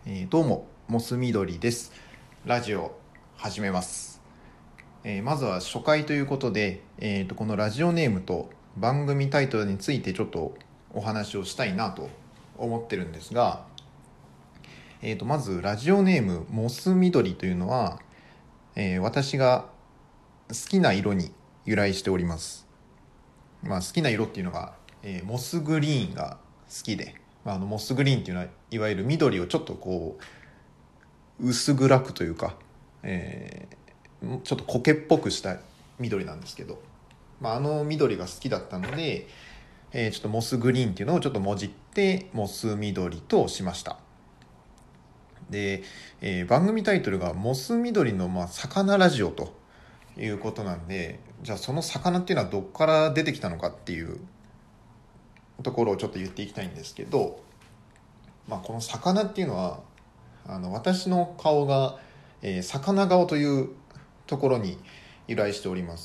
どうもモス緑です。ラジオ始めます。まずは初回ということで、このラジオネームと番組タイトルについてちょっとお話をしたいなと思ってるんですが、まずラジオネームモス緑というのは、私が好きな色に由来しております。好きな色っていうのが、モスグリーンが好きで、モスグリーンっていうのはいわゆる緑をちょっとこう薄暗くというか、ちょっと苔っぽくした緑なんですけど、あの緑が好きだったので、ちょっとモスグリーンっていうのをちょっともじってモス緑としました。で、番組タイトルがモス緑の魚ラジオということなんで、じゃあその魚っていうのはどこから出てきたのかっていうところをちょっと言っていきたいんですけど、この魚っていうのは私の顔が、魚顔というところに由来しております。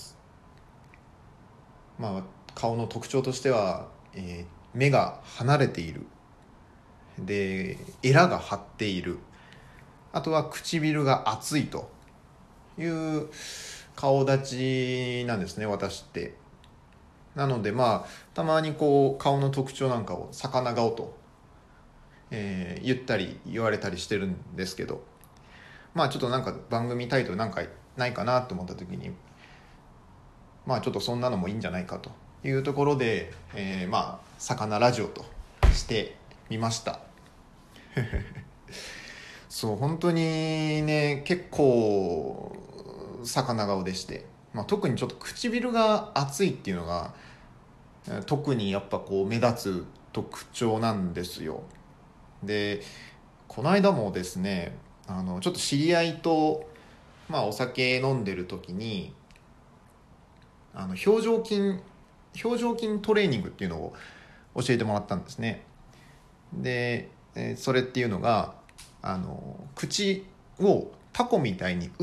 顔の特徴としては、目が離れている、でエラが張っている、あとは唇が厚いという顔立ちなんですね、私って。なのでたまにこう顔の特徴なんかを魚顔と、言ったり言われたりしてるんですけど、ちょっとなんか番組タイトルなんかないかなと思った時に、ちょっとそんなのもいいんじゃないかというところで、魚ラジオとしてみました。そう、本当にね、結構魚顔でして、特にちょっと唇が厚いっていうのが特にやっぱこう目立つ特徴なんですよ。で、この間もですね、ちょっと知り合いと、お酒飲んでる時に表情筋トレーニングっていうのを教えてもらったんですね。で、それっていうのが口をタコみたいに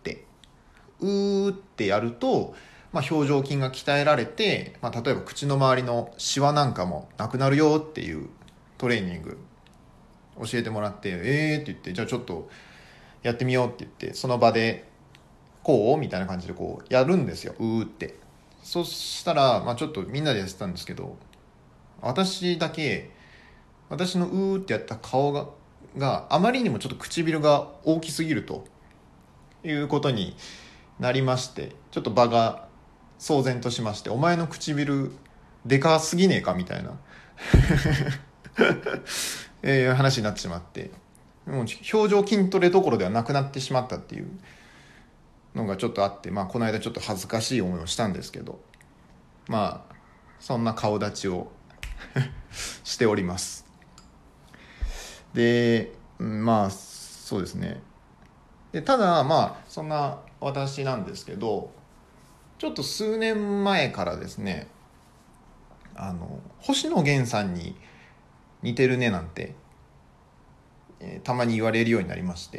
うーってやると、表情筋が鍛えられて、例えば口の周りのシワなんかもなくなるよっていうトレーニング教えてもらって、って言って、じゃあちょっとやってみようって言って、その場でこうみたいな感じでこうやるんですよ、うーって。そしたら、ちょっとみんなでやってたんですけど、私だけ私のうーってやった顔があまりにもちょっと唇が大きすぎるということになりまして、ちょっと場が騒然としまして、お前の唇でかすぎねえかみたいな話になってしまって、もう表情筋トレどころではなくなってしまったっていうのがちょっとあって、この間ちょっと恥ずかしい思いをしたんですけど、そんな顔立ちをしております。で、そうですね。でただそんな私なんですけど、ちょっと数年前からですね、星野源さんに似てるねなんて、たまに言われるようになりまして、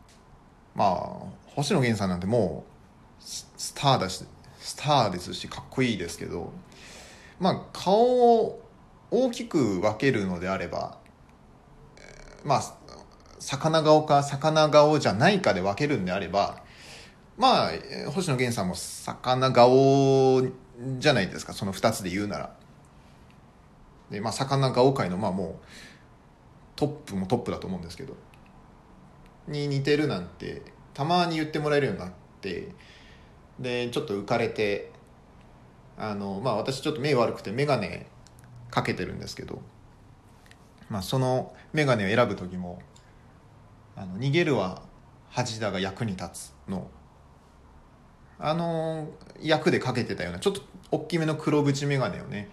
星野源さんなんてもうスターですしかっこいいですけど、顔を大きく分けるのであれば、まあ魚顔か魚顔じゃないかで分けるんであれば、星野源さんも魚顔じゃないですか、その2つで言うなら。で魚顔界のもうトップもトップだと思うんですけど、に似てるなんてたまに言ってもらえるようになって、でちょっと浮かれて、私ちょっと目悪くて眼鏡かけてるんですけど、その眼鏡を選ぶ時も逃げるは恥だが役に立つの役でかけてたようなちょっと大きめの黒縁眼鏡をね、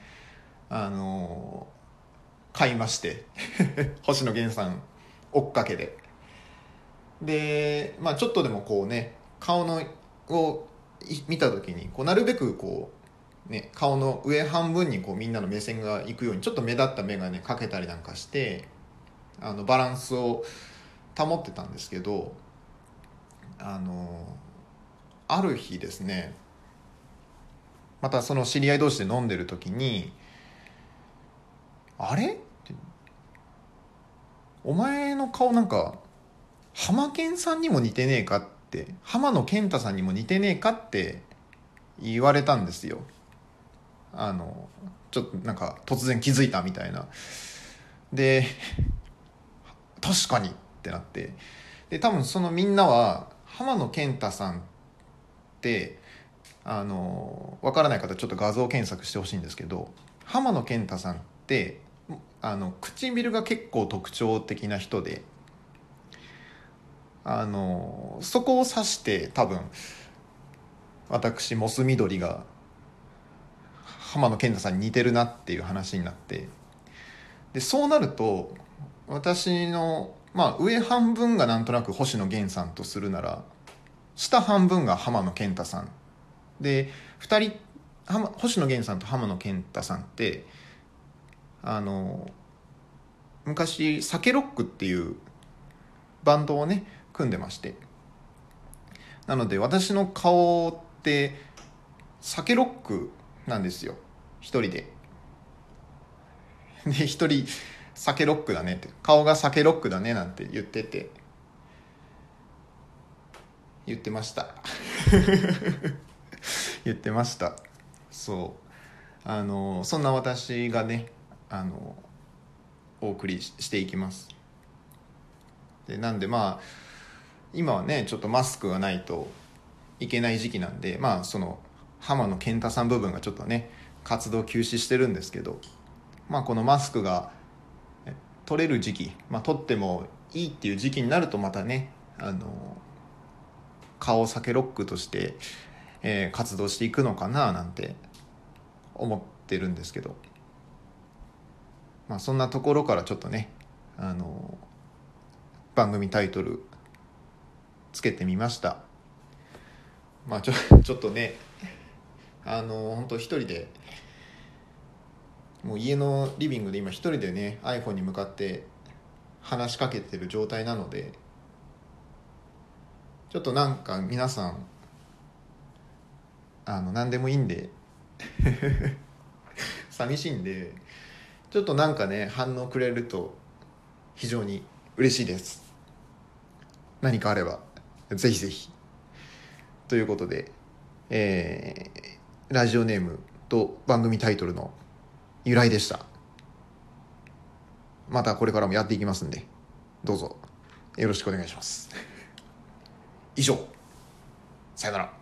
買いまして星野源さん追っかけで、ちょっとでもこうね、顔のを見た時にこうなるべくこうね、顔の上半分にこうみんなの目線が行くようにちょっと目立った眼鏡かけたりなんかして、バランスを保ってたんですけど、ある日ですね、またその知り合い同士で飲んでる時に、あれお前の顔なんか浜健さんにも似てねえかって、浜野健太さんにも似てねえかって言われたんですよ。ちょっとなんか突然気づいたみたいな。で、確かにってなって、で多分そのみんなは浜野健太さんってわからない方ちょっと画像検索してほしいんですけど、浜野健太さんって唇が結構特徴的な人で、そこを指して多分私モス緑が浜野健太さんに似てるなっていう話になって、でそうなると私の上半分がなんとなく星野源さんとするなら、下半分が浜野健太さんで、2人星野源さんと浜野健太さんって昔サケロックっていうバンドをね組んでまして、なので私の顔ってサケロックなんですよ、一人で。で一人サケロックだねって、顔がサケロックだねなんて言ってました言ってました。そうそんな私がねお送りしていきます。でなんで今はねちょっとマスクがないといけない時期なんで、その浜野健太さん部分がちょっとね活動休止してるんですけど、このマスクが取れる時期、取ってもいいっていう時期になるとまたね顔サケロックとして、活動していくのかななんて思ってるんですけど、そんなところからちょっとね番組タイトルつけてみました。ちょっとね本当一人でもう家のリビングで今一人でね iPhone に向かって話しかけてる状態なので、ちょっとなんか皆さん何でもいいんで寂しいんで、ちょっとなんかね反応くれると非常に嬉しいです。何かあればぜひぜひということで、ラジオネームと番組タイトルの由来でした。またこれからもやっていきますんで、どうぞよろしくお願いします。以上、さよなら。